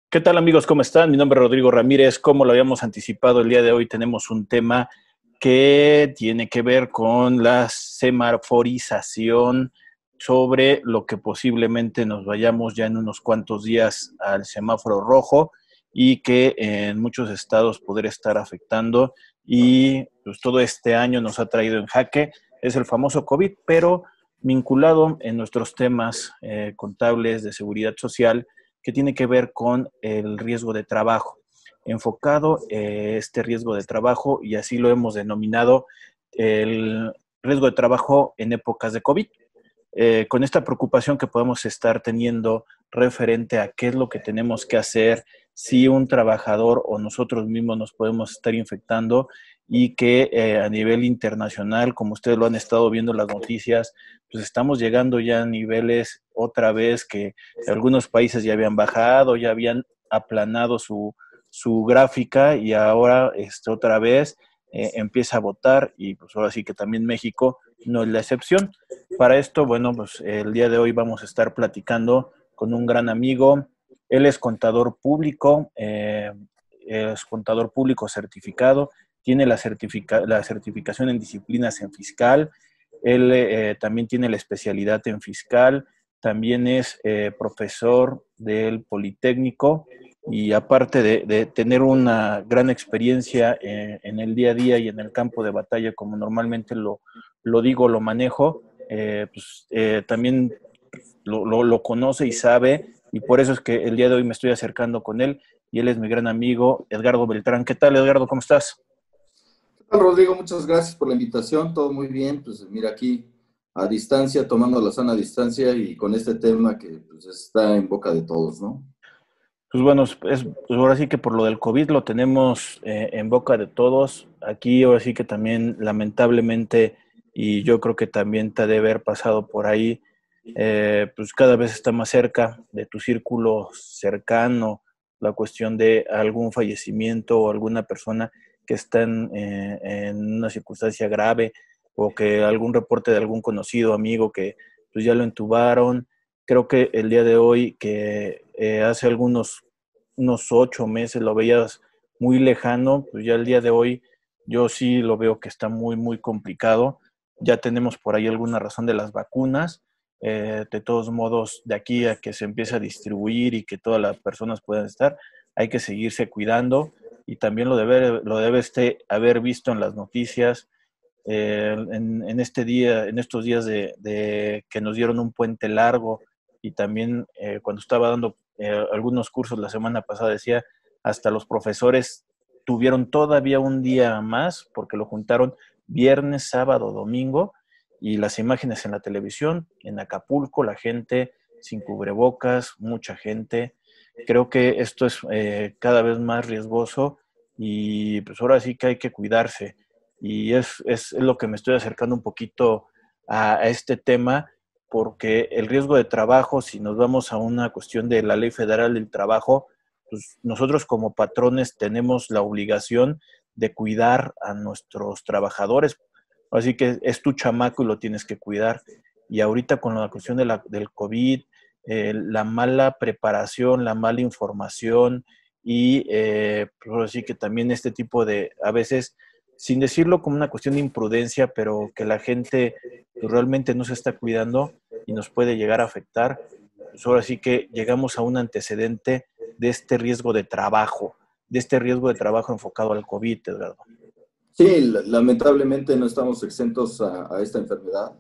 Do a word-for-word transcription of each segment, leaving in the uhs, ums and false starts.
¿Qué tal amigos? ¿Cómo están? Mi nombre es Rodrigo Ramírez. Como lo habíamos anticipado, el día de hoy tenemos un tema que tiene que ver con la semaforización sobre lo que posiblemente nos vayamos ya en unos cuantos días al semáforo rojo y que en muchos estados podría estar afectando y pues todo este año nos ha traído en jaque. Es el famoso COVID, pero vinculado en nuestros temas eh, contables de seguridad social que tiene que ver con el riesgo de trabajo. Enfocado eh, este riesgo de trabajo, y así lo hemos denominado, el riesgo de trabajo en épocas de COVID. Eh, con esta preocupación que podemos estar teniendo referente a qué es lo que tenemos que hacer si un trabajador o nosotros mismos nos podemos estar infectando y que eh, a nivel internacional, como ustedes lo han estado viendo en las noticias, pues estamos llegando ya a niveles otra vez que algunos países ya habían bajado, ya habían aplanado su, su gráfica y ahora este, otra vez eh, empieza a votar y pues ahora sí que también México no es la excepción. Para esto, bueno, pues el día de hoy vamos a estar platicando con un gran amigo. Él es contador público, eh, es contador público certificado, tiene la, certifica la certificación en disciplinas en fiscal, él eh, también tiene la especialidad en fiscal, también es eh, profesor del Politécnico y aparte de, de tener una gran experiencia en, en, el día a día y en el campo de batalla, como normalmente lo, lo digo, lo manejo, eh, pues, eh, también lo, lo, lo conoce y sabe, y por eso es que el día de hoy me estoy acercando con él, y él es mi gran amigo, Edgardo Beltrán. ¿Qué tal, Edgardo? ¿Cómo estás? ¿Qué tal, Rodrigo? Muchas gracias por la invitación, todo muy bien. Pues mira aquí a distancia, tomando la sana distancia y con este tema que pues, está en boca de todos, ¿no? Pues bueno, es, pues ahora sí que por lo del COVID lo tenemos eh, en boca de todos. Aquí ahora sí que también lamentablemente, y yo creo que también te debe haber pasado por ahí, eh, pues cada vez está más cerca de tu círculo cercano la cuestión de algún fallecimiento o alguna persona que está en, eh, en una circunstancia grave o que algún reporte de algún conocido, amigo que pues ya lo entubaron. Creo que el día de hoy, que eh, hace algunos unos ocho meses lo veías muy lejano, pues ya el día de hoy yo sí lo veo que está muy, muy complicado. Ya tenemos por ahí alguna razón de las vacunas. Eh, de todos modos, de aquí a que se empiece a distribuir y que todas las personas puedan estar, hay que seguirse cuidando y también lo debe, lo debe este, haber visto en las noticias eh, en, en, este día, en estos días de, de, que nos dieron un puente largo y también eh, cuando estaba dando eh, algunos cursos la semana pasada decía, hasta los profesores tuvieron todavía un día más porque lo juntaron viernes, sábado, domingo y las imágenes en la televisión, en Acapulco, la gente sin cubrebocas, mucha gente. Creo que esto es eh, cada vez más riesgoso y pues ahora sí que hay que cuidarse y es, es lo que me estoy acercando un poquito a, a este tema, porque el riesgo de trabajo, si nos vamos a una cuestión de la Ley Federal del Trabajo, pues nosotros como patrones tenemos la obligación de cuidar a nuestros trabajadores. Así que es tu chamaco y lo tienes que cuidar. Y ahorita con la cuestión de la, del COVID, eh, la mala preparación, la mala información y eh, pues así que también este tipo de, a veces, sin decirlo como una cuestión de imprudencia, pero que la gente pues, realmente no se está cuidando y nos puede llegar a afectar, pues ahora sí que llegamos a un antecedente de este riesgo de trabajo, de este riesgo de trabajo enfocado al COVID, Edgardo. Sí, lamentablemente no estamos exentos a, a esta enfermedad.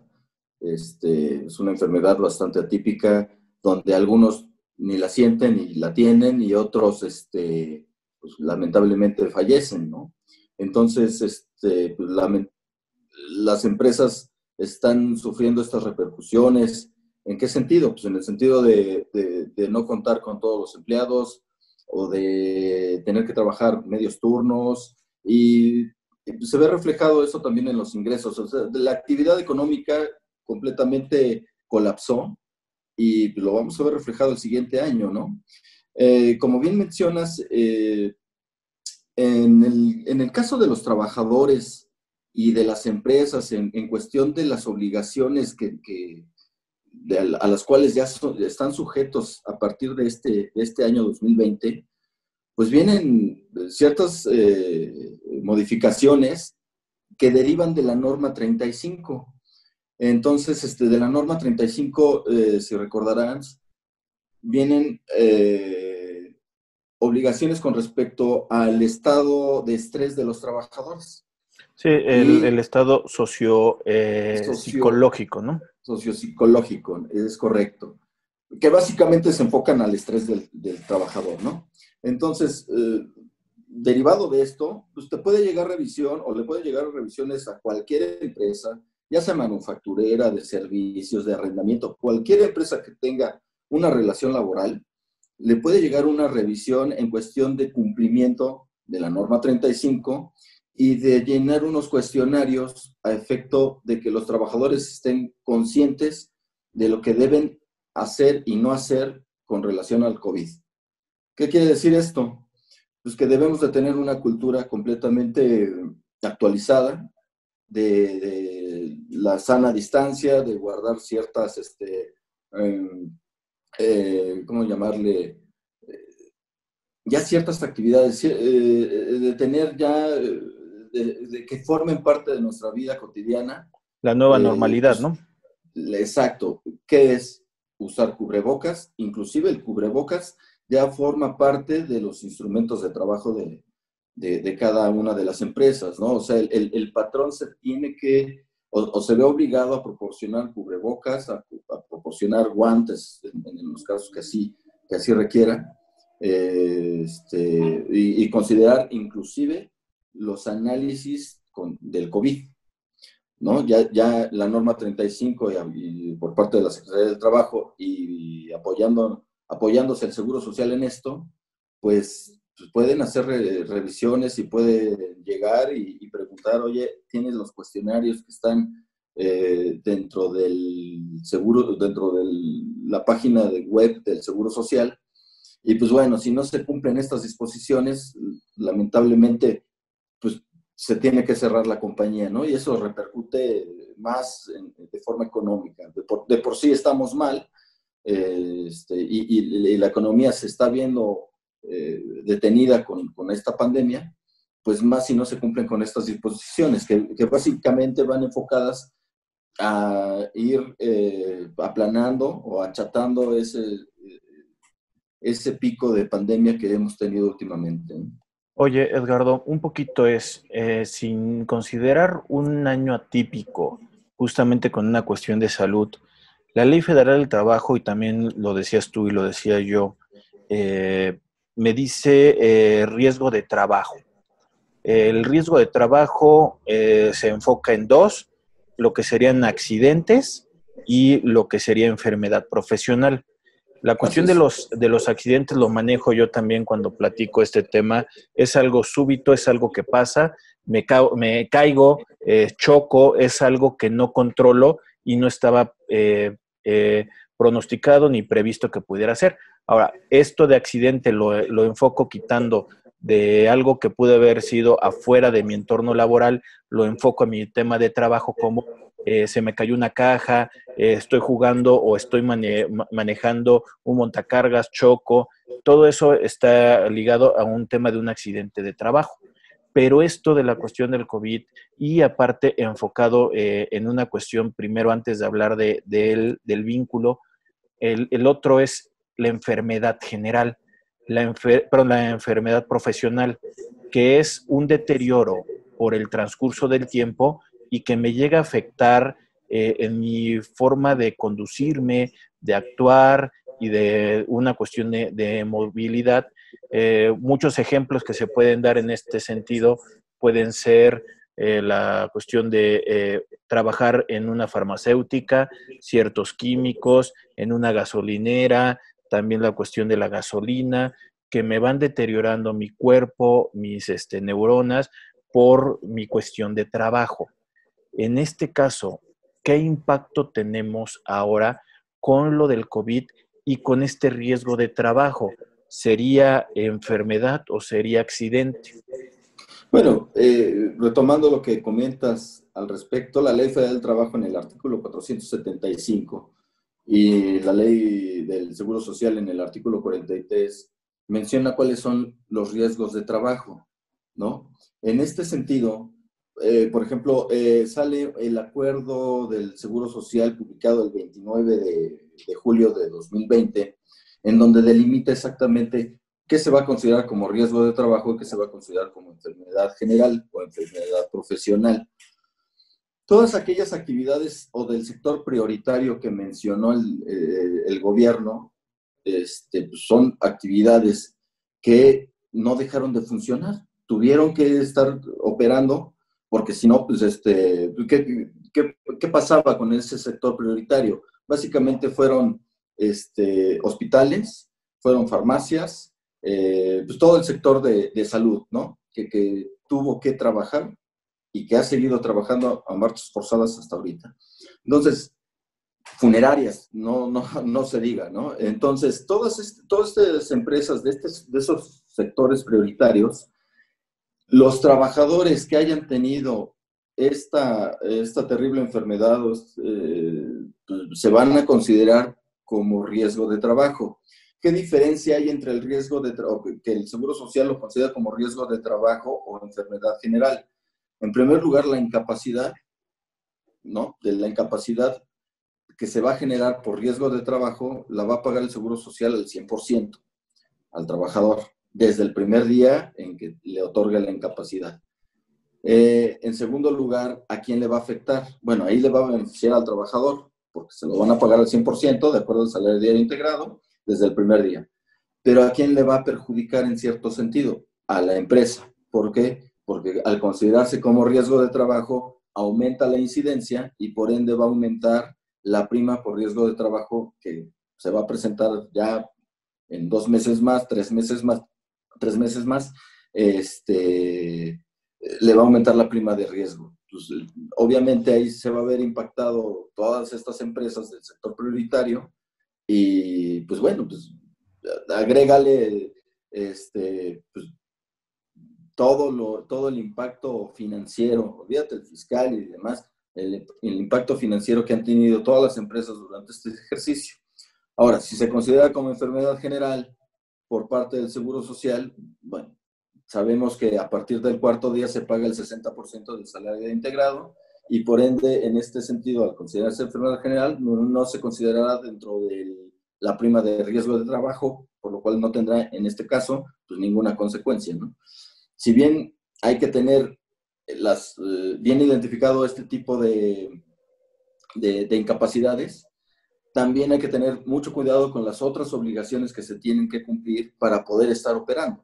Este, es una enfermedad bastante atípica, donde algunos ni la sienten ni la tienen y otros, este, pues, lamentablemente fallecen, ¿no? Entonces, este, pues, lament las empresas están sufriendo estas repercusiones. ¿En qué sentido? Pues en el sentido de, de, de no contar con todos los empleados o de tener que trabajar medios turnos y se ve reflejado eso también en los ingresos. O sea, la actividad económica completamente colapsó y lo vamos a ver reflejado el siguiente año, ¿no? Eh, como bien mencionas, eh, en, el, en el caso de los trabajadores y de las empresas, en, en cuestión de las obligaciones que, que, de, a las cuales ya son, están sujetos a partir de este, de este año dos mil veinte, pues vienen ciertas eh, modificaciones que derivan de la norma treinta y cinco. Entonces, este, de la norma treinta y cinco, eh, si recordarán, vienen eh, obligaciones con respecto al estado de estrés de los trabajadores. Sí, el, el estado socio, eh, socio, psicológico, ¿no? Sociopsicológico, es correcto. Que básicamente se enfocan al estrés del, del trabajador, ¿no? Entonces, eh, derivado de esto, pues te puede llegar revisión o le puede llegar revisiones a cualquier empresa, ya sea manufacturera, de servicios, de arrendamiento, cualquier empresa que tenga una relación laboral, le puede llegar una revisión en cuestión de cumplimiento de la norma treinta y cinco y de llenar unos cuestionarios a efecto de que los trabajadores estén conscientes de lo que deben hacer y no hacer con relación al COVID. ¿Qué quiere decir esto? Pues que debemos de tener una cultura completamente actualizada de, de la sana distancia, de guardar ciertas, este, eh, eh, ¿cómo llamarle? Eh, ya ciertas actividades, eh, de tener ya, eh, de, de que formen parte de nuestra vida cotidiana. La nueva Eh, normalidad, pues, ¿no? Exacto. ¿Qué es usar cubrebocas? Inclusive el cubrebocas ya forma parte de los instrumentos de trabajo de, de, de cada una de las empresas, ¿no? O sea, el, el, el patrón se tiene que, o, o, se ve obligado a proporcionar cubrebocas, a, a proporcionar guantes, en, en, los casos que así, que así requiera, eh, este, y, y considerar inclusive los análisis con, del COVID, ¿no? Ya, ya la norma treinta y cinco y, y por parte de la Secretaría del Trabajo y, y apoyando, apoyándose el Seguro Social en esto, pues, pues pueden hacer re, revisiones y pueden llegar y, y preguntar, oye, ¿tienes los cuestionarios que están eh, dentro del seguro, dentro de la página de web del Seguro Social? Y pues bueno, si no se cumplen estas disposiciones, lamentablemente, pues se tiene que cerrar la compañía, ¿no? Y eso repercute más en, de forma económica. De por, de por sí estamos mal, eh, este, y, y, y la economía se está viendo eh, detenida con, con esta pandemia, pues más si no se cumplen con estas disposiciones, que, que básicamente van enfocadas a ir eh, aplanando o achatando ese, ese pico de pandemia que hemos tenido últimamente, ¿no? Oye, Edgardo, un poquito es, eh, sin considerar un año atípico, justamente con una cuestión de salud, la Ley Federal del Trabajo, y también lo decías tú y lo decía yo, eh, me dice eh, riesgo de trabajo. El riesgo de trabajo eh, se enfoca en dos, lo que serían accidentes y lo que sería enfermedad profesional. La cuestión de los, de los accidentes lo manejo yo también cuando platico este tema. Es algo súbito, es algo que pasa, me, ca me caigo, eh, choco, es algo que no controlo y no estaba eh, eh, pronosticado ni previsto que pudiera ser. Ahora, esto de accidente lo, lo enfoco quitando de algo que pude haber sido afuera de mi entorno laboral, lo enfoco a mi tema de trabajo como eh, se me cayó una caja, eh, estoy jugando o estoy mane manejando un montacargas, choco, todo eso está ligado a un tema de un accidente de trabajo. Pero esto de la cuestión del COVID y aparte enfocado eh, en una cuestión, primero antes de hablar de, de el, del vínculo, el, el otro es la enfermedad general, la, enfer perdón, la enfermedad profesional, que es un deterioro por el transcurso del tiempo y que me llega a afectar eh, en mi forma de conducirme, de actuar y de una cuestión de, de movilidad. Eh, muchos ejemplos que se pueden dar en este sentido pueden ser eh, la cuestión de eh, trabajar en una farmacéutica, ciertos químicos, en una gasolinera, también la cuestión de la gasolina, que me van deteriorando mi cuerpo, mis este, neuronas, por mi cuestión de trabajo. En este caso, ¿qué impacto tenemos ahora con lo del COVID y con este riesgo de trabajo? ¿Sería enfermedad o sería accidente? Bueno, eh, retomando lo que comentas al respecto, la Ley Federal del Trabajo en el artículo cuatrocientos setenta y cinco y la ley del Seguro Social en el artículo cuarenta y tres menciona cuáles son los riesgos de trabajo, ¿no? En este sentido, eh, por ejemplo, eh, sale el acuerdo del Seguro Social publicado el veintinueve de, de julio de dos mil veinte, en donde delimita exactamente qué se va a considerar como riesgo de trabajo y qué se va a considerar como enfermedad general o enfermedad profesional. Todas aquellas actividades o del sector prioritario que mencionó el, eh, el gobierno, este, pues son actividades que no dejaron de funcionar, tuvieron que estar operando, porque si no, pues, este, ¿qué, qué, qué pasaba con ese sector prioritario? Básicamente fueron este, hospitales, fueron farmacias, eh, pues todo el sector de, de salud, ¿no? Que, que tuvo que trabajar y que ha seguido trabajando a marchas forzadas hasta ahorita. Entonces, funerarias, no, no, no se diga, ¿no? Entonces, todas, este, todas estas empresas de, este, de esos sectores prioritarios, los trabajadores que hayan tenido esta, esta terrible enfermedad eh, se van a considerar como riesgo de trabajo. ¿Qué diferencia hay entre el riesgo de trabajo, que el Seguro Social lo considera como riesgo de trabajo o enfermedad general? En primer lugar, la incapacidad, ¿no? De la incapacidad que se va a generar por riesgo de trabajo, la va a pagar el Seguro Social al cien por ciento al trabajador, desde el primer día en que le otorga la incapacidad. Eh, en segundo lugar, ¿a quién le va a afectar? Bueno, ahí le va a beneficiar al trabajador, porque se lo van a pagar al cien por ciento de acuerdo al salario diario integrado desde el primer día. Pero ¿a quién le va a perjudicar en cierto sentido? A la empresa. ¿Por qué? Porque al considerarse como riesgo de trabajo, aumenta la incidencia y por ende va a aumentar la prima por riesgo de trabajo que se va a presentar ya en dos meses más, tres meses más, tres meses más, este, le va a aumentar la prima de riesgo. Pues, obviamente ahí se va a ver impactado todas estas empresas del sector prioritario y pues bueno, pues agrégale este, pues, todo, lo, todo el impacto financiero, olvídate el fiscal y demás, el, el impacto financiero que han tenido todas las empresas durante este ejercicio. Ahora, si se considera como enfermedad general por parte del Seguro Social, bueno, sabemos que a partir del cuarto día se paga el sesenta por ciento del salario integrado y por ende, en este sentido, al considerarse enfermedad general, no, no se considerará dentro de la prima de riesgo de trabajo, por lo cual no tendrá, en este caso, pues ninguna consecuencia, ¿no? Si bien hay que tener las, eh, bien identificado este tipo de, de, de incapacidades, también hay que tener mucho cuidado con las otras obligaciones que se tienen que cumplir para poder estar operando.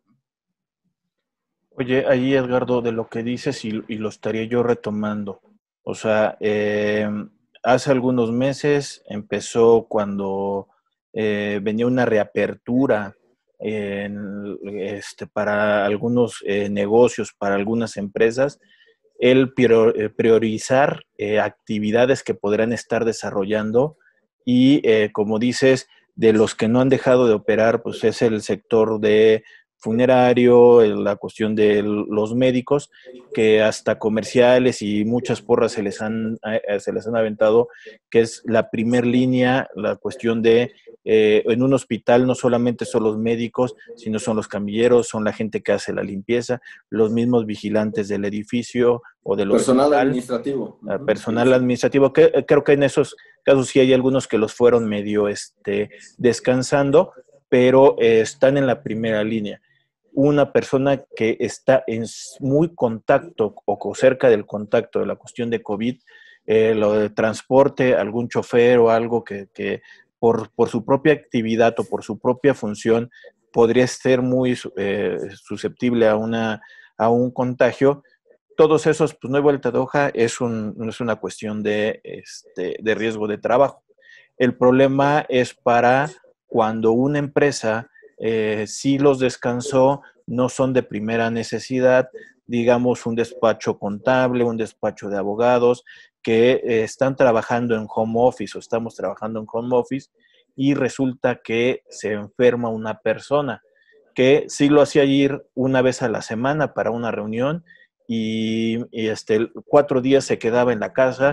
Oye, ahí Edgardo, de lo que dices y, y lo estaría yo retomando. O sea, eh, hace algunos meses empezó cuando eh, venía una reapertura en, este, para algunos eh, negocios, para algunas empresas, el priorizar eh, actividades que podrán estar desarrollando y, eh, como dices, de los que no han dejado de operar, pues es el sector de funerario, la cuestión de los médicos, que hasta comerciales y muchas porras se les han, se les han aventado, que es la primer línea, la cuestión de eh, en un hospital no solamente son los médicos, sino son los camilleros, son la gente que hace la limpieza, los mismos vigilantes del edificio o del Personal hospital, administrativo. uh, Uh-huh. personal Sí, sí. administrativo, que eh, creo que en esos casos sí hay algunos que los fueron medio este, descansando, pero eh, están en la primera línea. Una persona que está en muy contacto o cerca del contacto de la cuestión de COVID, eh, lo de transporte, algún chofer o algo que, que por, por su propia actividad o por su propia función podría ser muy eh, susceptible a, una, a un contagio. Todos esos, pues no hay vuelta de hoja, es, un, es una cuestión de, este, de riesgo de trabajo. El problema es para cuando una empresa eh, sí los descansó, no son de primera necesidad, digamos un despacho contable, un despacho de abogados, que eh, están trabajando en home office o estamos trabajando en home office y resulta que se enferma una persona que sí lo hacía ir una vez a la semana para una reunión y, y este, cuatro días se quedaba en la casa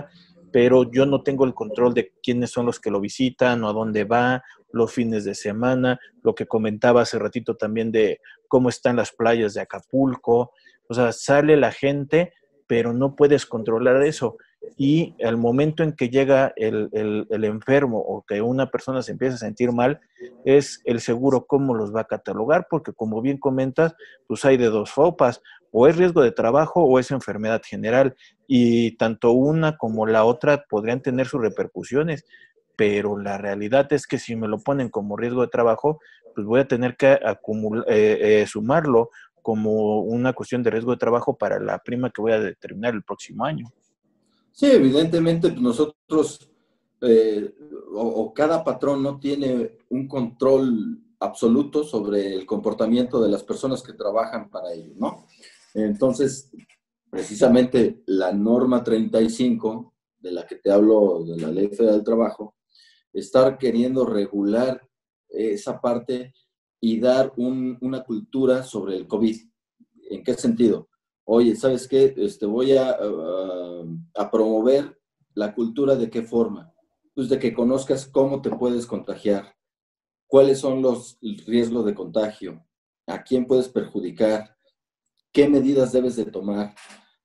pero yo no tengo el control de quiénes son los que lo visitan o a dónde va, los fines de semana, lo que comentaba hace ratito también de cómo están las playas de Acapulco. O sea, sale la gente, pero no puedes controlar eso. Y al momento en que llega el, el, el enfermo o que una persona se empieza a sentir mal, es el seguro cómo los va a catalogar, porque como bien comentas, pues hay de dos sopas, o es riesgo de trabajo o es enfermedad general, y tanto una como la otra podrían tener sus repercusiones, pero la realidad es que si me lo ponen como riesgo de trabajo, pues voy a tener que acumular, eh, eh, sumarlo como una cuestión de riesgo de trabajo para la prima que voy a determinar el próximo año. Sí, evidentemente pues nosotros eh, o, o cada patrón no tiene un control absoluto sobre el comportamiento de las personas que trabajan para ello, ¿no? Entonces, precisamente la norma treinta y cinco, de la que te hablo, de la Ley Federal del Trabajo, estar queriendo regular esa parte y dar un, una cultura sobre el COVID. ¿En qué sentido? Oye, ¿sabes qué? Este, voy a, a, a promover la cultura de qué forma. Pues de que conozcas cómo te puedes contagiar, cuáles son los riesgos de contagio, a quién puedes perjudicar, qué medidas debes de tomar,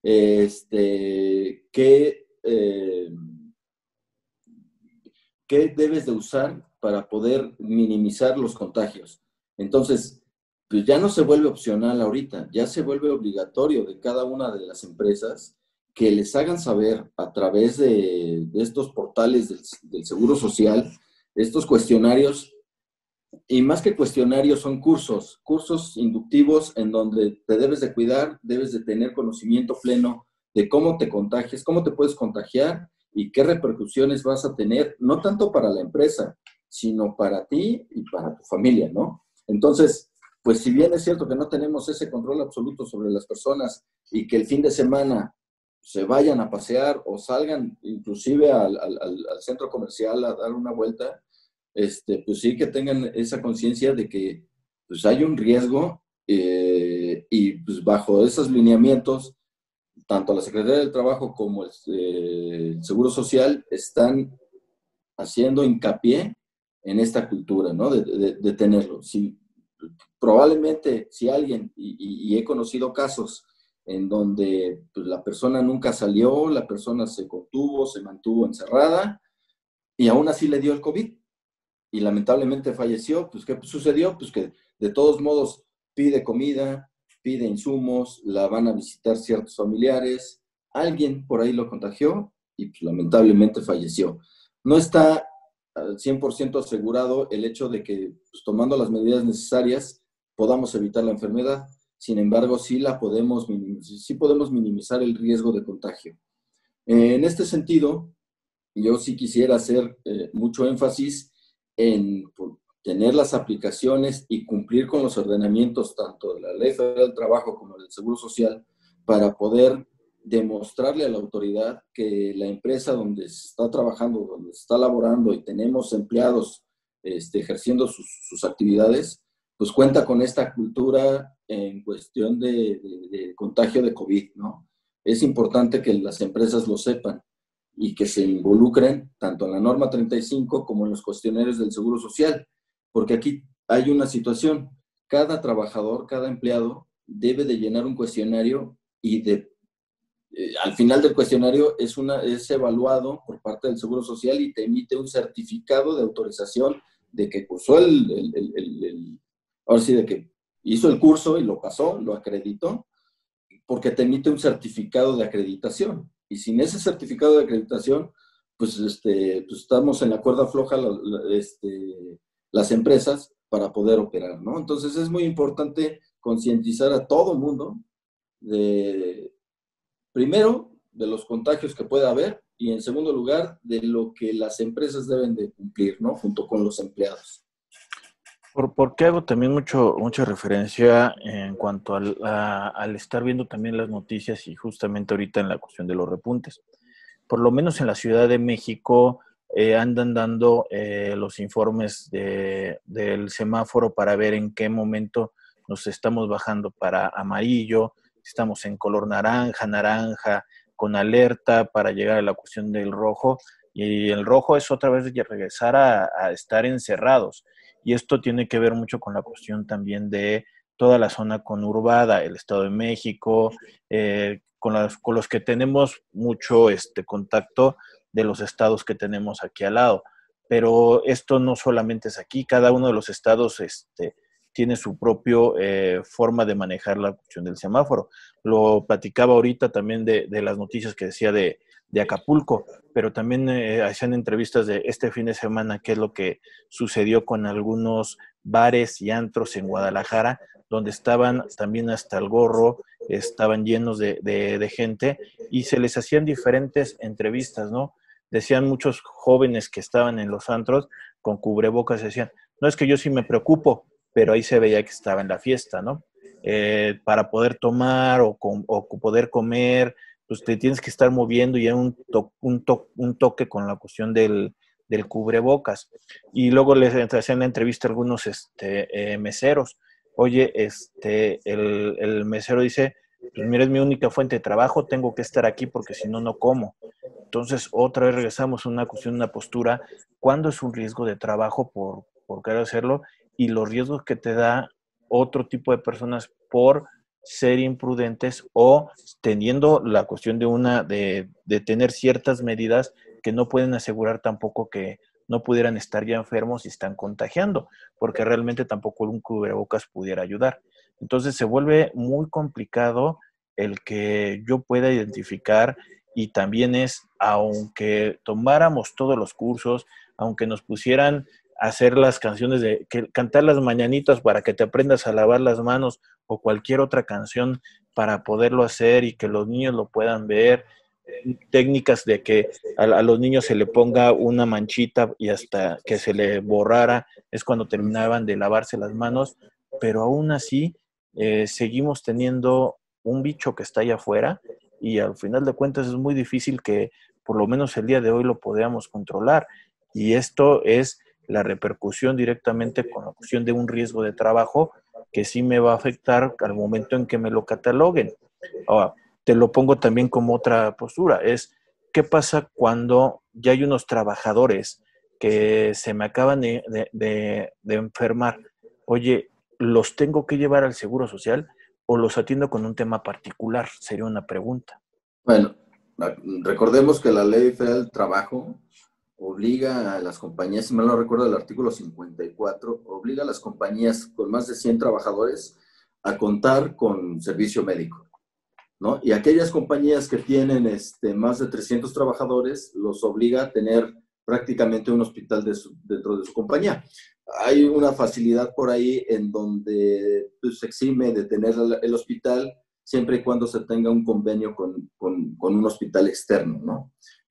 este, qué, eh, qué debes de usar para poder minimizar los contagios. Entonces, pues ya no se vuelve opcional ahorita, ya se vuelve obligatorio de cada una de las empresas que les hagan saber a través de, de estos portales del, del Seguro Social, estos cuestionarios, y más que cuestionarios son cursos, cursos inductivos en donde te debes de cuidar, debes de tener conocimiento pleno de cómo te contagias, cómo te puedes contagiar y qué repercusiones vas a tener, no tanto para la empresa, sino para ti y para tu familia, ¿no? Entonces, pues si bien es cierto que no tenemos ese control absoluto sobre las personas y que el fin de semana se vayan a pasear o salgan inclusive al, al, al centro comercial a dar una vuelta, este, pues sí que tengan esa conciencia de que pues hay un riesgo eh, y pues bajo esos lineamientos, tanto la Secretaría del Trabajo como el, eh, el Seguro Social están haciendo hincapié en esta cultura, ¿no? De, de, de tenerlo. Si, probablemente si alguien, y, y, y he conocido casos en donde pues, la persona nunca salió, la persona se contuvo, se mantuvo encerrada y aún así le dio el COVID y lamentablemente falleció, pues ¿qué sucedió? Pues que de todos modos pide comida, pide insumos, la van a visitar ciertos familiares, alguien por ahí lo contagió y pues, lamentablemente falleció. No está al cien por ciento asegurado el hecho de que pues, tomando las medidas necesarias podamos evitar la enfermedad, sin embargo sí, la podemos, sí podemos minimizar el riesgo de contagio. Eh, en este sentido, yo sí quisiera hacer eh, mucho énfasis en tener las aplicaciones y cumplir con los ordenamientos tanto de la Ley Federal del Trabajo como del Seguro Social para poder demostrarle a la autoridad que la empresa donde se está trabajando, donde se está laborando y tenemos empleados este, ejerciendo sus, sus actividades, pues cuenta con esta cultura en cuestión de, de, de contagio de COVID, ¿no? Es importante que las empresas lo sepan y que se involucren tanto en la norma treinta y cinco como en los cuestionarios del Seguro Social, porque aquí hay una situación, cada trabajador, cada empleado debe de llenar un cuestionario y de, eh, al final del cuestionario es, una, es evaluado por parte del Seguro Social y te emite un certificado de autorización de que cursó el, el, el, el, el ahora sí, de que hizo el curso y lo pasó, lo acreditó, porque te emite un certificado de acreditación. Y sin ese certificado de acreditación, pues, este, pues estamos en la cuerda floja la, la, este, las empresas para poder operar, ¿no? Entonces es muy importante concientizar a todo el mundo de, primero, de los contagios que pueda haber y en segundo lugar, de lo que las empresas deben de cumplir, ¿no? Junto con los empleados. Por, porque hago también mucho, mucha referencia en cuanto al, a, al estar viendo también las noticias y justamente ahorita en la cuestión de los repuntes. Por lo menos en la Ciudad de México eh, andan dando eh, los informes de, del semáforo para ver en qué momento nos estamos bajando para amarillo, estamos en color naranja, naranja, con alerta para llegar a la cuestión del rojo, y el rojo es otra vez de regresar a, a estar encerrados. Y esto tiene que ver mucho con la cuestión también de toda la zona conurbada, el Estado de México, eh, con, las, con los que tenemos mucho este, contacto de los estados que tenemos aquí al lado. Pero esto no solamente es aquí, cada uno de los estados este, tiene su propia eh, forma de manejar la cuestión del semáforo. Lo platicaba ahorita también de, de las noticias que decía de, de Acapulco, pero también eh, hacían entrevistas de este fin de semana, qué es lo que sucedió con algunos bares y antros en Guadalajara, donde estaban también hasta el gorro, estaban llenos de, de, de gente, y se les hacían diferentes entrevistas, ¿no? Decían muchos jóvenes que estaban en los antros con cubrebocas, decían, no, es que yo sí me preocupo, pero ahí se veía que estaba en la fiesta, ¿no? Eh, para poder tomar o, com o poder comer, pues te tienes que estar moviendo y hay un, to un, to un toque con la cuestión del, del cubrebocas. Y luego les hacían la entrevista a algunos este, eh, meseros. Oye, este, el, el mesero dice, pues mira, es mi única fuente de trabajo, tengo que estar aquí porque si no, no como. Entonces, otra vez regresamos a una cuestión, una postura, ¿cuándo es un riesgo de trabajo por, por querer hacerlo? Y los riesgos que te da otro tipo de personas por ser imprudentes o teniendo la cuestión de una de, de tener ciertas medidas que no pueden asegurar tampoco que no pudieran estar ya enfermos y están contagiando, porque realmente tampoco un cubrebocas pudiera ayudar. Entonces se vuelve muy complicado el que yo pueda identificar, y también es, aunque tomáramos todos los cursos, aunque nos pusieran a hacer las canciones de que, cantar las mañanitas para que te aprendas a lavar las manos o cualquier otra canción para poderlo hacer y que los niños lo puedan ver, técnicas de que a, a los niños se le ponga una manchita y hasta que se le borrara es cuando terminaban de lavarse las manos, pero aún así eh, seguimos teniendo un bicho que está allá afuera y al final de cuentas es muy difícil que por lo menos el día de hoy lo podamos controlar, y esto es la repercusión directamente con la cuestión de un riesgo de trabajo que sí me va a afectar al momento en que me lo cataloguen. Ahora, te lo pongo también como otra postura, es ¿qué pasa cuando ya hay unos trabajadores que se me acaban de, de, de, de enfermar? Oye, ¿los tengo que llevar al Seguro Social o los atiendo con un tema particular? Sería una pregunta. Bueno, recordemos que la Ley Federal del Trabajo obliga a las compañías, si mal no recuerdo el artículo cincuenta y cuatro, obliga a las compañías con más de cien trabajadores a contar con servicio médico, ¿no? Y aquellas compañías que tienen este, más de trescientos trabajadores, los obliga a tener prácticamente un hospital de su, dentro de su compañía. Hay una facilidad por ahí en donde pues, se exime de tener el, el hospital siempre y cuando se tenga un convenio con, con, con un hospital externo, ¿no?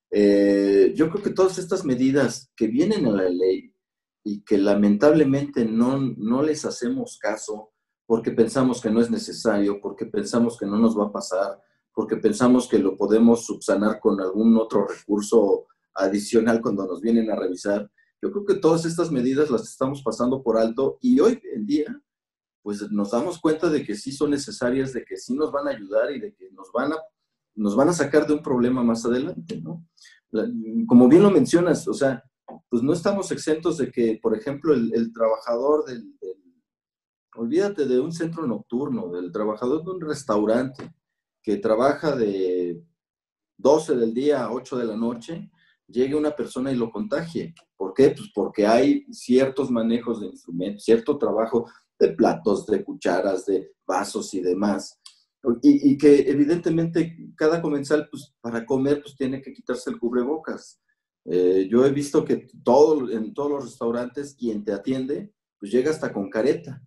Eh, yo creo que todas estas medidas que vienen en la ley y que lamentablemente no, no les hacemos caso porque pensamos que no es necesario, porque pensamos que no nos va a pasar, porque pensamos que lo podemos subsanar con algún otro recurso adicional cuando nos vienen a revisar. Yo creo que todas estas medidas las estamos pasando por alto y hoy en día pues nos damos cuenta de que sí son necesarias, de que sí nos van a ayudar y de que nos van a, nos van a sacar de un problema más adelante, ¿no? Como bien lo mencionas, o sea, pues no estamos exentos de que, por ejemplo, el, el trabajador del, del, olvídate de un centro nocturno, del trabajador de un restaurante que trabaja de doce del día a ocho de la noche, llegue una persona y lo contagie. ¿Por qué? Pues porque hay ciertos manejos de instrumentos, cierto trabajo de platos, de cucharas, de vasos y demás. Y, y que evidentemente cada comensal, pues para comer, pues tiene que quitarse el cubrebocas. Eh, yo he visto que todo, en todos los restaurantes, quien te atiende, pues llega hasta con careta.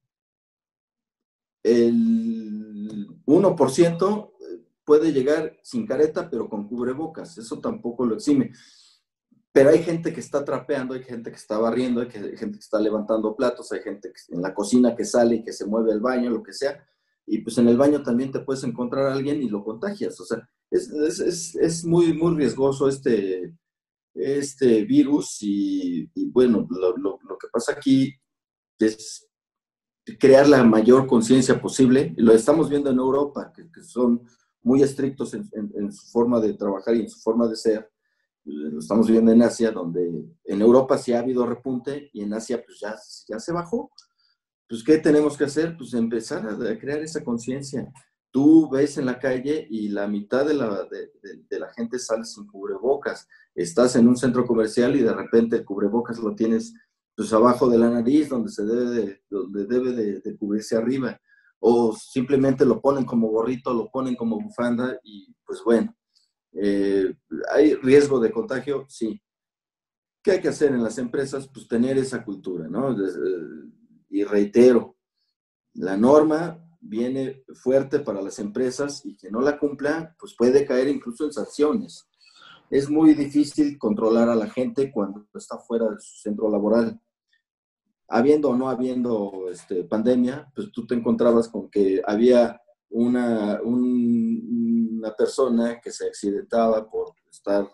El uno por ciento puede llegar sin careta, pero con cubrebocas. Eso tampoco lo exime. Pero hay gente que está trapeando, hay gente que está barriendo, hay gente que está levantando platos, hay gente que, en la cocina que sale y que se mueve al baño, lo que sea. Y pues en el baño también te puedes encontrar a alguien y lo contagias. O sea, es, es, es, es muy, muy riesgoso este, este virus y, y bueno, lo, lo, lo que pasa aquí es crear la mayor conciencia posible. Lo estamos viendo en Europa, que, que son muy estrictos en, en, en su forma de trabajar y en su forma de ser. Lo estamos viendo en Asia, donde en Europa sí ha habido repunte y en Asia pues ya, ya se bajó. Pues, ¿qué tenemos que hacer? Pues empezar a crear esa conciencia. Tú ves en la calle y la mitad de la, de, de, de la gente sale sin cubrebocas. Estás en un centro comercial y de repente el cubrebocas lo tienes pues abajo de la nariz, donde, se debe, de, donde debe de, de cubrirse arriba. O simplemente lo ponen como gorrito, lo ponen como bufanda y pues bueno, eh, ¿hay riesgo de contagio? Sí. ¿Qué hay que hacer en las empresas? Pues tener esa cultura, ¿no? Y reitero, la norma viene fuerte para las empresas y que no la cumpla, pues puede caer incluso en sanciones. Es muy difícil controlar a la gente cuando está fuera de su centro laboral. Habiendo o no habiendo este, pandemia, pues tú te encontrabas con que había una, un, una persona que se accidentaba por estar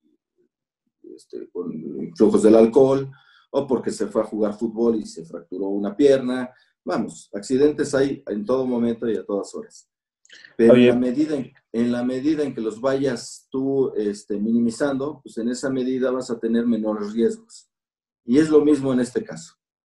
este, con flujos del alcohol, o porque se fue a jugar fútbol y se fracturó una pierna. Vamos, accidentes hay en todo momento y a todas horas. Pero en la Oye, medida en, en, la medida en que los vayas tú este, minimizando, pues en esa medida vas a tener menores riesgos. Y es lo mismo en este caso.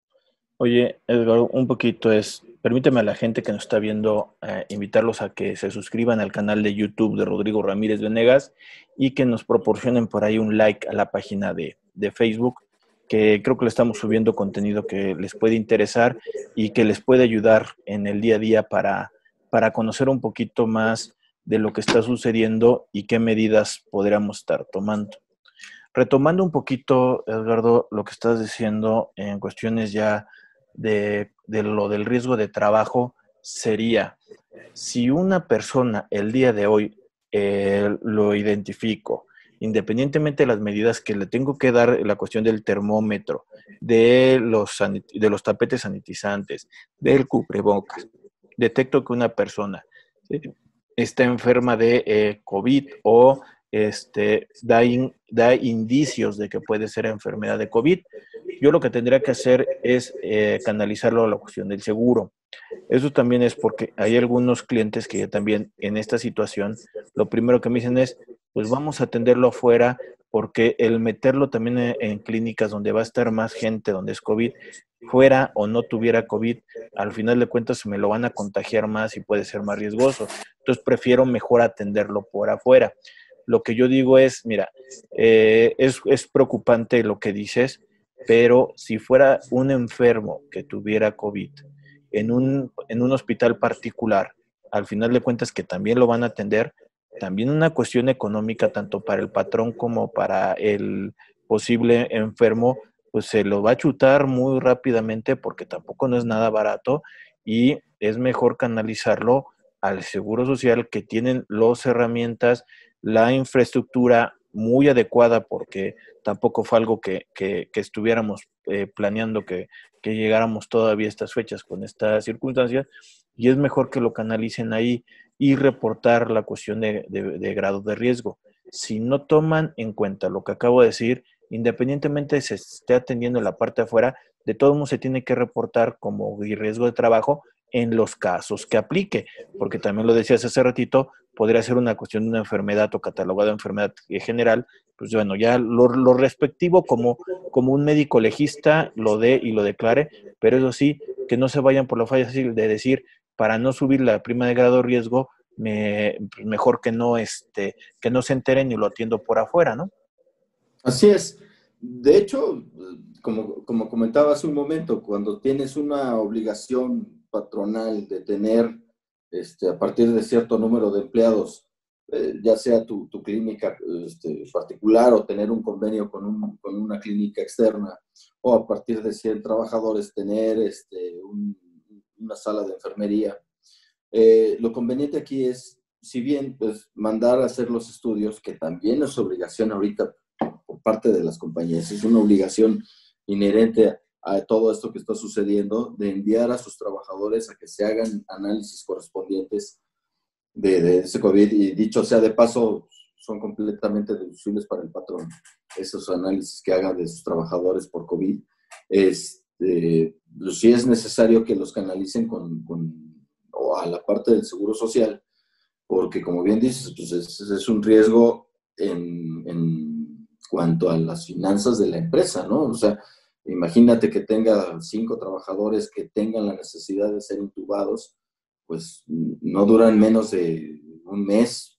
Oye, Edgar, un poquito es, permíteme a la gente que nos está viendo, eh, invitarlos a que se suscriban al canal de YouTube de Rodrigo Ramírez Venegas y que nos proporcionen por ahí un like a la página de, de Facebook, que creo que le estamos subiendo contenido que les puede interesar y que les puede ayudar en el día a día para, para conocer un poquito más de lo que está sucediendo y qué medidas podríamos estar tomando. Retomando un poquito, Edgardo, lo que estás diciendo en cuestiones ya de, de lo del riesgo de trabajo, sería, si una persona el día de hoy eh, lo identifico, independientemente de las medidas que le tengo que dar, la cuestión del termómetro, de los, de los tapetes sanitizantes, del cubrebocas, detecto que una persona ¿sí? está enferma de eh, COVID o este, da, in, da indicios de que puede ser enfermedad de COVID, yo lo que tendría que hacer es eh, canalizarlo a la cuestión del seguro. Eso también es porque hay algunos clientes que también en esta situación, lo primero que me dicen es, pues vamos a atenderlo afuera, porque el meterlo también en, en clínicas donde va a estar más gente, donde es COVID, fuera o no tuviera COVID, al final de cuentas me lo van a contagiar más y puede ser más riesgoso. Entonces prefiero mejor atenderlo por afuera. Lo que yo digo es, mira, eh, es, es preocupante lo que dices, pero si fuera un enfermo que tuviera COVID en un, en un hospital particular, al final de cuentas que también lo van a atender, también una cuestión económica tanto para el patrón como para el posible enfermo, pues se lo va a chutar muy rápidamente porque tampoco no es nada barato y es mejor canalizarlo al Seguro Social, que tienen las herramientas, la infraestructura muy adecuada, porque tampoco fue algo que, que, que estuviéramos eh, planeando que, que llegáramos todavía a estas fechas con estas circunstancias, y es mejor que lo canalicen ahí y reportar la cuestión de, de, de grado de riesgo. Si no toman en cuenta lo que acabo de decir, independientemente se esté atendiendo en la parte de afuera, de todo modo se tiene que reportar como riesgo de trabajo en los casos que aplique, porque también lo decías hace ratito, podría ser una cuestión de una enfermedad o catalogada de enfermedad general, pues bueno, ya lo, lo respectivo como, como un médico legista lo dé y lo declare, pero eso sí, que no se vayan por la fácil de decir, para no subir la prima de grado de riesgo, me, mejor que no, este, que no se enteren y lo atiendo por afuera, ¿no? Así es. De hecho, como, como comentaba hace un momento, cuando tienes una obligación patronal de tener este, a partir de cierto número de empleados, eh, ya sea tu, tu clínica este, particular o tener un convenio con, un, con una clínica externa, o a partir de cien trabajadores tener este, un, una sala de enfermería. Eh, lo conveniente aquí es, si bien pues, mandar a hacer los estudios, que también es obligación ahorita por parte de las compañías, es una obligación inherente a todo esto que está sucediendo, de enviar a sus trabajadores a que se hagan análisis correspondientes de, de ese COVID, y dicho sea de paso, son completamente deducibles para el patrón, esos análisis que hagan de sus trabajadores por COVID. Este, si es necesario que los canalicen con, con, o a la parte del Seguro Social, porque como bien dices, pues es, es un riesgo en, en cuanto a las finanzas de la empresa, ¿no? O sea, imagínate que tenga cinco trabajadores que tengan la necesidad de ser intubados, pues no duran menos de un mes.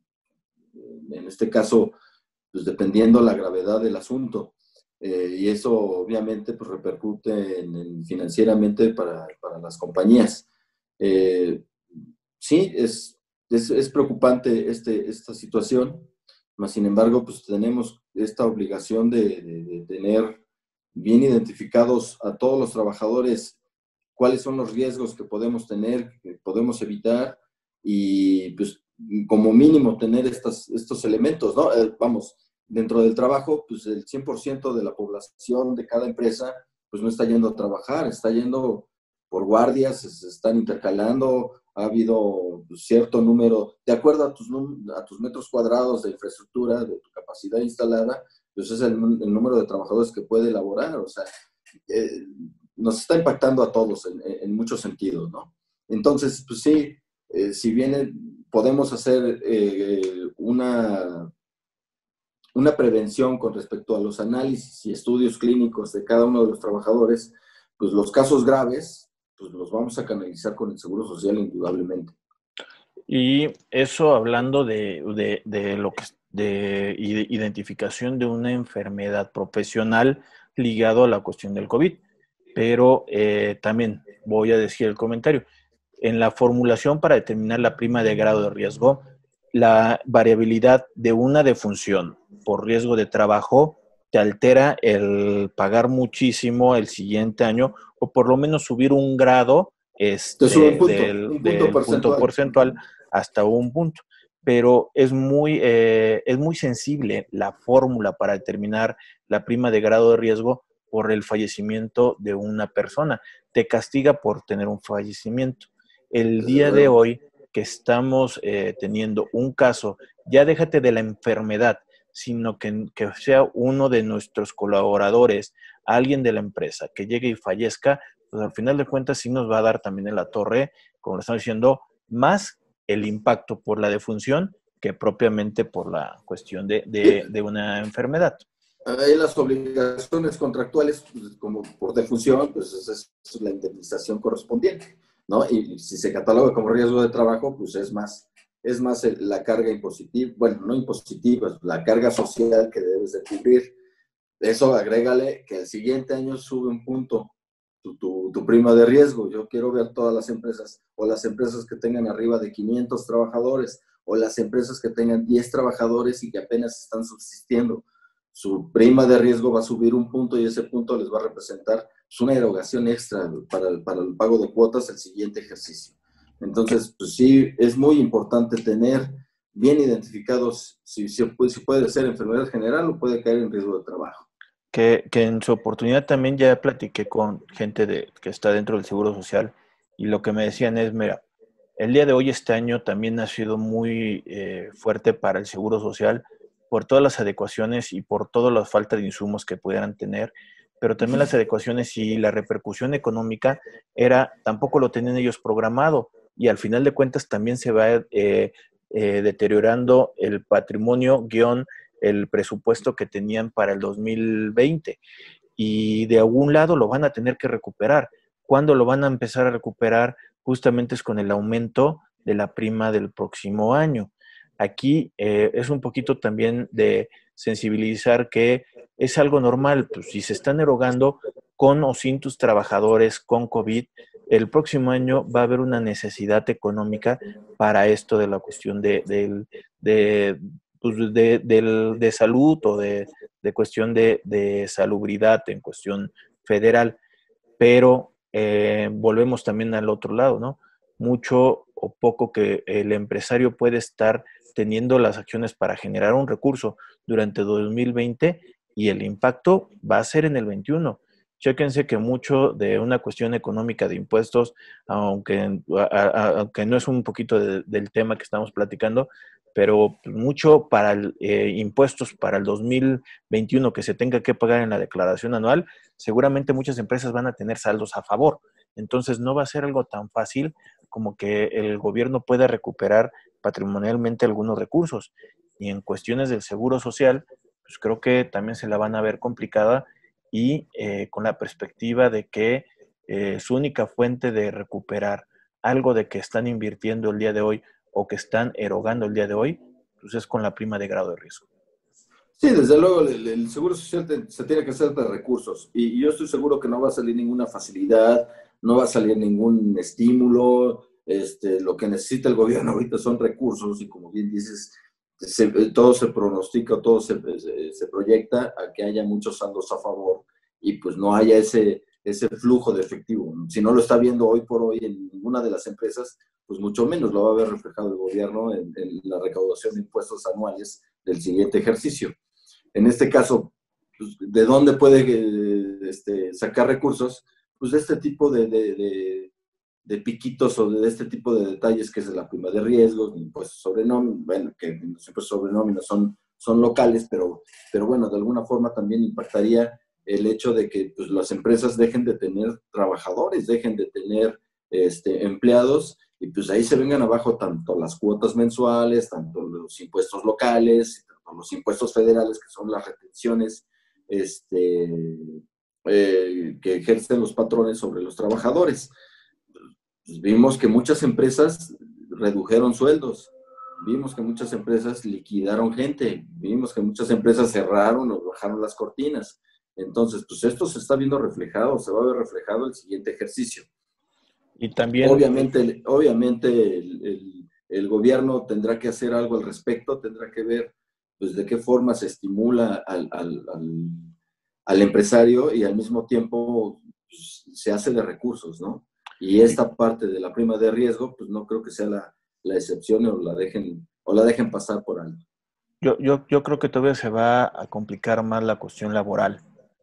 En este caso, pues dependiendo la gravedad del asunto. Eh, y eso obviamente pues, repercute en, en financieramente para, para, las compañías. Eh, sí, es, es, es preocupante este, esta situación, mas sin embargo, pues tenemos esta obligación de, de, de tener bien identificados a todos los trabajadores cuáles son los riesgos que podemos tener, que podemos evitar y pues como mínimo tener estas, estos elementos, ¿no? Eh, vamos, dentro del trabajo, pues el cien por ciento de la población de cada empresa pues no está yendo a trabajar, está yendo por guardias, se están intercalando, ha habido cierto número, de acuerdo a tus, a tus metros cuadrados de infraestructura, de tu capacidad instalada, pues es el, el número de trabajadores que puede elaborar, o sea, eh, nos está impactando a todos en, en muchos sentidos, ¿no? Entonces, pues sí, eh, si bien podemos hacer eh, una, una prevención con respecto a los análisis y estudios clínicos de cada uno de los trabajadores, pues los casos graves, pues los vamos a canalizar con el Seguro Social indudablemente. Y eso hablando de, de, de lo que de identificación de una enfermedad profesional ligado a la cuestión del COVID. Pero eh, también voy a decir el comentario. En la formulación para determinar la prima de grado de riesgo, la variabilidad de una defunción por riesgo de trabajo te altera el pagar muchísimo el siguiente año o por lo menos subir un grado Entonces, un este, punto, del, un punto del punto porcentual. porcentual hasta un punto. Pero es muy, eh, es muy sensible la fórmula para determinar la prima de grado de riesgo por el fallecimiento de una persona. Te castiga por tener un fallecimiento. El Desde día de luego. hoy que estamos eh, teniendo un caso, ya déjate de la enfermedad, sino que, que sea uno de nuestros colaboradores, alguien de la empresa, que llegue y fallezca, pues al final de cuentas sí nos va a dar también en la torre, como le estamos diciendo, más el impacto por la defunción que propiamente por la cuestión de, de, de una enfermedad. Ahí las obligaciones contractuales, pues, como por defunción, pues esa es la indemnización correspondiente, ¿no? Y si se cataloga como riesgo de trabajo, pues es más, es más la carga impositiva, bueno, no impositiva, la carga social que debes de cubrir. Eso agrégale que el siguiente año sube un punto tu, tu, tu prima de riesgo. Yo quiero ver todas las empresas, o las empresas que tengan arriba de quinientos trabajadores, o las empresas que tengan diez trabajadores y que apenas están subsistiendo. Su prima de riesgo va a subir un punto y ese punto les va a representar pues, una erogación extra para el, para el pago de cuotas el siguiente ejercicio. Entonces, pues sí, es muy importante tener bien identificados si, si, si puede ser enfermedad general o puede caer en riesgo de trabajo. Que, que en su oportunidad también ya platiqué con gente de, que está dentro del Seguro Social y lo que me decían es, mira, el día de hoy, este año, también ha sido muy eh, fuerte para el Seguro Social por todas las adecuaciones y por toda la falta de insumos que pudieran tener, pero también las adecuaciones y la repercusión económica era, tampoco lo tenían ellos programado y al final de cuentas también se va eh, eh, deteriorando el patrimonio guión el presupuesto que tenían para el dos mil veinte y de algún lado lo van a tener que recuperar. ¿Cuándo lo van a empezar a recuperar? Justamente es con el aumento de la prima del próximo año. Aquí eh, es un poquito también de sensibilizar que es algo normal, pues si se están erogando con o sin tus trabajadores con COVID, el próximo año va a haber una necesidad económica para esto de la cuestión de, de, de, pues de, de, de salud o de, de cuestión de, de salubridad en cuestión federal, pero eh, volvemos también al otro lado, ¿no? Mucho o poco que el empresario puede estar teniendo las acciones para generar un recurso durante dos mil veinte y el impacto va a ser en el veintiuno. Chéquense que mucho de una cuestión económica de impuestos, aunque, a, a, aunque no es un poquito de, del tema que estamos platicando, pero mucho para el, eh, impuestos para el dos mil veintiuno que se tenga que pagar en la declaración anual, seguramente muchas empresas van a tener saldos a favor. Entonces no va a ser algo tan fácil como que el gobierno pueda recuperar patrimonialmente algunos recursos. Y en cuestiones del seguro social, pues creo que también se la van a ver complicada y eh, con la perspectiva de que eh, su única fuente de recuperar algo de que están invirtiendo el día de hoy o que están erogando el día de hoy, pues es con la prima de grado de riesgo. Sí, desde luego el, el seguro social te- se tiene que hacer de recursos y, y yo estoy seguro que no va a salir ninguna facilidad, no va a salir ningún estímulo. Este, lo que necesita el gobierno ahorita son recursos y como bien dices, se- todo se pronostica, todo se, se, se proyecta a que haya muchos saldos a favor y pues no haya ese, ese flujo de efectivo. Si no lo está viendo hoy por hoy en ninguna de las empresas, pues mucho menos lo va a ver reflejado el gobierno en, en la recaudación de impuestos anuales del siguiente ejercicio. En este caso, pues, ¿de dónde puede eh, este, sacar recursos? Pues de este tipo de, de, de, de, piquitos o de este tipo de detalles que es la prima de riesgos, impuestos sobre nóminas, bueno, que los impuestos sobre nóminas son, son locales, pero, pero bueno, de alguna forma también impactaría el hecho de que pues, las empresas dejen de tener trabajadores, dejen de tener este, empleados, y pues ahí se vengan abajo tanto las cuotas mensuales, tanto los impuestos locales, tanto los impuestos federales, que son las retenciones este, eh, que ejercen los patrones sobre los trabajadores. Pues vimos que muchas empresas redujeron sueldos, vimos que muchas empresas liquidaron gente, vimos que muchas empresas cerraron o bajaron las cortinas. Entonces, pues esto se está viendo reflejado, se va a ver reflejado el siguiente ejercicio. Y también, Obviamente, obviamente el, el, el, gobierno tendrá que hacer algo al respecto, tendrá que ver pues, de qué forma se estimula al, al, al, al empresario y al mismo tiempo pues, se hace de recursos, ¿no? Y esta parte de la prima de riesgo, pues no creo que sea la, la excepción o la dejen, o la dejen pasar por algo. Yo, yo, yo creo que todavía se va a complicar más la cuestión laboral,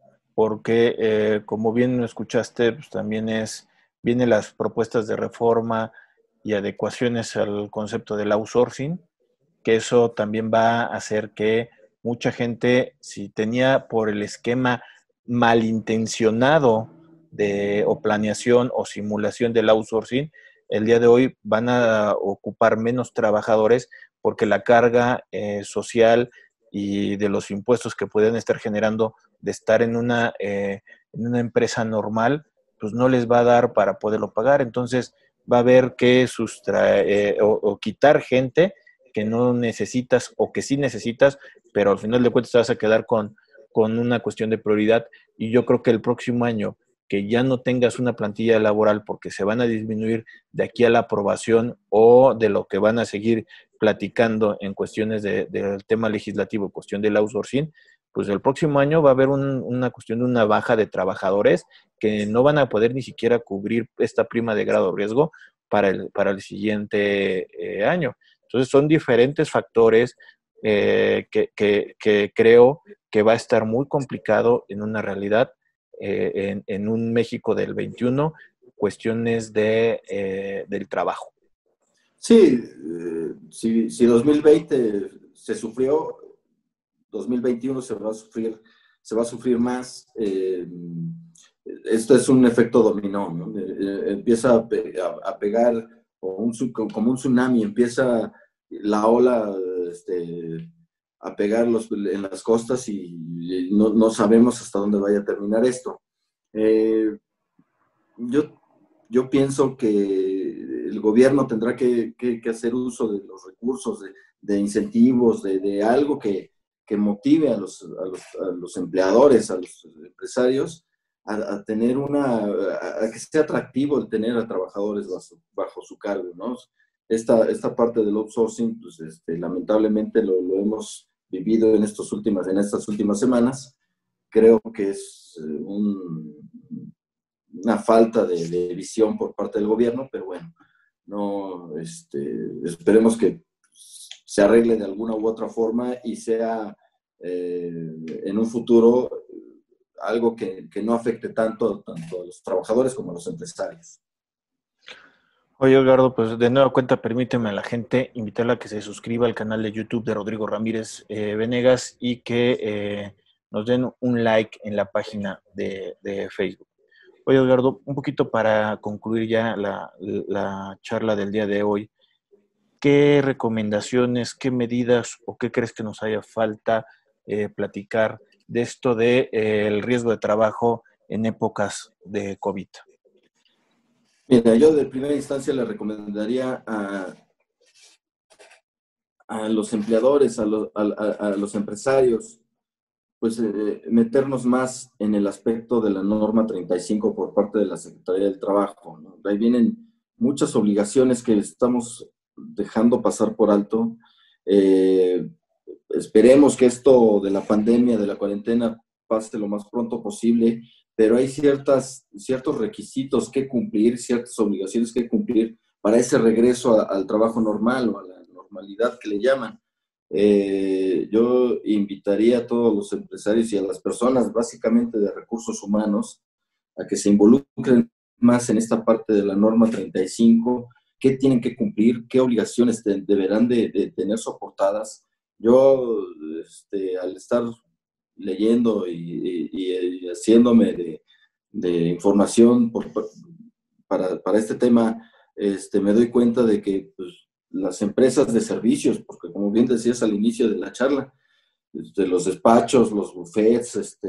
porque eh, como bien lo escuchaste, pues también es, vienen las propuestas de reforma y adecuaciones al concepto del outsourcing, que eso también va a hacer que mucha gente, si tenía por el esquema malintencionado de, o planeación o simulación del outsourcing, el día de hoy van a ocupar menos trabajadores porque la carga eh, social y de los impuestos que pueden estar generando de estar en una, eh, en una empresa normal, pues no les va a dar para poderlo pagar. Entonces va a haber que sustraer eh, o, o quitar gente que no necesitas o que sí necesitas, pero al final de cuentas te vas a quedar con, con una cuestión de prioridad. Y yo creo que el próximo año que ya no tengas una plantilla laboral porque se van a disminuir de aquí a la aprobación o de lo que van a seguir platicando en cuestiones de, del tema legislativo, cuestión del outsourcing, pues el próximo año va a haber un, una cuestión de una baja de trabajadores que no van a poder ni siquiera cubrir esta prima de grado de riesgo para el, para el siguiente eh, año. Entonces son diferentes factores eh, que, que, que creo que va a estar muy complicado en una realidad, eh, en, en un México del veintiuno, cuestiones de, eh, del trabajo. Sí, eh, si, si dos mil veinte se sufrió, dos mil veintiuno se va a sufrir, se va a sufrir más. Eh, esto es un efecto dominó, ¿no? Eh, eh, empieza a, pe a, a pegar como un, como un tsunami, empieza la ola este, a pegar los, en las costas y, y no, no, sabemos hasta dónde vaya a terminar esto. Eh, yo, yo pienso que el gobierno tendrá que, que, que hacer uso de los recursos, de, de incentivos, de, de algo que, que motive a los, a, los, a los empleadores, a los empresarios, a, a tener una, a, a, que sea atractivo el tener a trabajadores bajo, bajo su cargo, ¿no? Esta, esta parte del outsourcing, pues este, lamentablemente lo, lo hemos vivido en, estos últimas, en estas últimas semanas. Creo que es un, una falta de, de visión por parte del gobierno, pero bueno, no, este, esperemos que se arregle de alguna u otra forma y sea eh, en un futuro algo que, que no afecte tanto, tanto a los trabajadores como a los empresarios. Oye, Edgardo, pues de nueva cuenta, permíteme a la gente invitarla a que se suscriba al canal de YouTube de Rodrigo Ramírez eh, Venegas y que eh, nos den un like en la página de, de Facebook. Oye, Edgardo, un poquito para concluir ya la, la charla del día de hoy. ¿qué recomendaciones, qué medidas o qué crees que nos haya falta eh, platicar de esto de eh, el riesgo de trabajo en épocas de COVID? Mira, yo de primera instancia le recomendaría a, a los empleadores, a, lo, a, a, a los empresarios, pues eh, meternos más en el aspecto de la norma treinta y cinco por parte de la Secretaría del Trabajo, ¿no? Ahí vienen muchas obligaciones que estamos dejando pasar por alto. Eh, esperemos que esto de la pandemia, de la cuarentena, pase lo más pronto posible, pero hay ciertas, ciertos requisitos que cumplir, ciertas obligaciones que cumplir para ese regreso a, al trabajo normal o a la normalidad que le llaman. Eh, yo invitaría a todos los empresarios y a las personas básicamente de recursos humanos a que se involucren más en esta parte de la norma treinta y cinco, qué tienen que cumplir, qué obligaciones de, deberán de, de tener soportadas. Yo, este, al estar leyendo y, y, y haciéndome de, de información por, para, para este tema, este, me doy cuenta de que pues, las empresas de servicios, porque como bien decías al inicio de la charla, este, los despachos, los bufetes, este,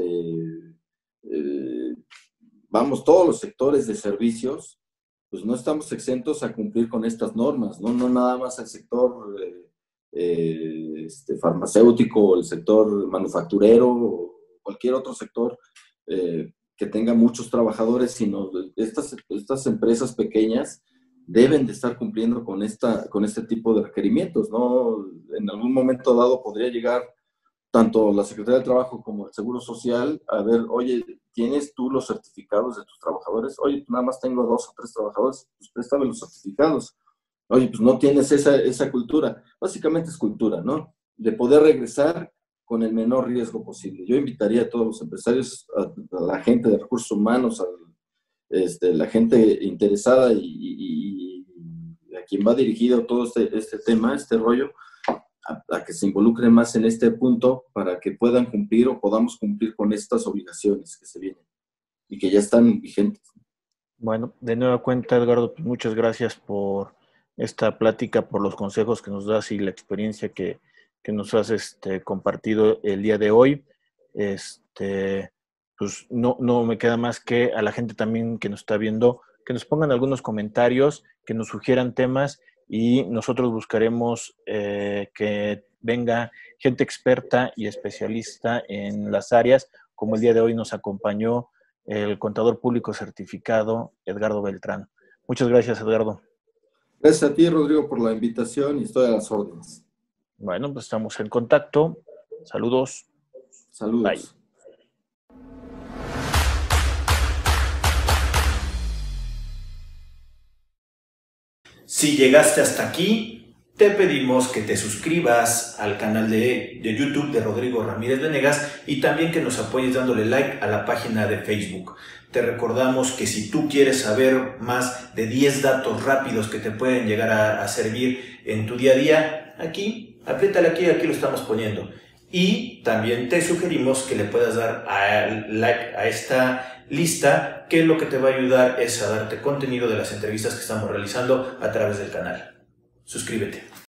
eh, vamos, todos los sectores de servicios, pues no estamos exentos a cumplir con estas normas, no, no nada más el sector eh, eh, este, farmacéutico, el sector manufacturero, o cualquier otro sector eh, que tenga muchos trabajadores, sino estas, estas empresas pequeñas deben de estar cumpliendo con, esta, con este tipo de requerimientos, ¿no? En algún momento dado podría llegar tanto la Secretaría del Trabajo como el Seguro Social a ver, oye, ¿tienes tú los certificados de tus trabajadores? Oye, pues nada más tengo dos o tres trabajadores, pues préstame los certificados. Oye, pues no tienes esa, esa cultura. Básicamente es cultura, ¿no? De poder regresar con el menor riesgo posible. Yo invitaría a todos los empresarios, a, a la gente de recursos humanos, a este, la gente interesada y, y, y a quien va dirigido todo este, este tema, este rollo, a, a que se involucren más en este punto para que puedan cumplir o podamos cumplir con estas obligaciones que se vienen y que ya están vigentes. Bueno, de nueva cuenta, Edgardo, pues muchas gracias por esta plática, por los consejos que nos das y la experiencia que, que nos has este, compartido el día de hoy. Este, pues no, no me queda más que a la gente también que nos está viendo, que nos pongan algunos comentarios, que nos sugieran temas y nosotros buscaremos eh, que venga gente experta y especialista en las áreas, como el día de hoy nos acompañó el contador público certificado Edgardo Beltrán. Muchas gracias, Edgardo. Gracias a ti, Rodrigo, por la invitación y estoy a las órdenes. Bueno, pues estamos en contacto. Saludos. Saludos. Bye. Si llegaste hasta aquí, te pedimos que te suscribas al canal de, de YouTube de Rodrigo Ramírez Venegas y también que nos apoyes dándole like a la página de Facebook. Te recordamos que si tú quieres saber más de diez datos rápidos que te pueden llegar a, a servir en tu día a día, aquí, apriétale aquí, aquí lo estamos poniendo. Y también te sugerimos que le puedas dar a like a esta lista, que lo que te va a ayudar es a darte contenido de las entrevistas que estamos realizando a través del canal. Suscríbete.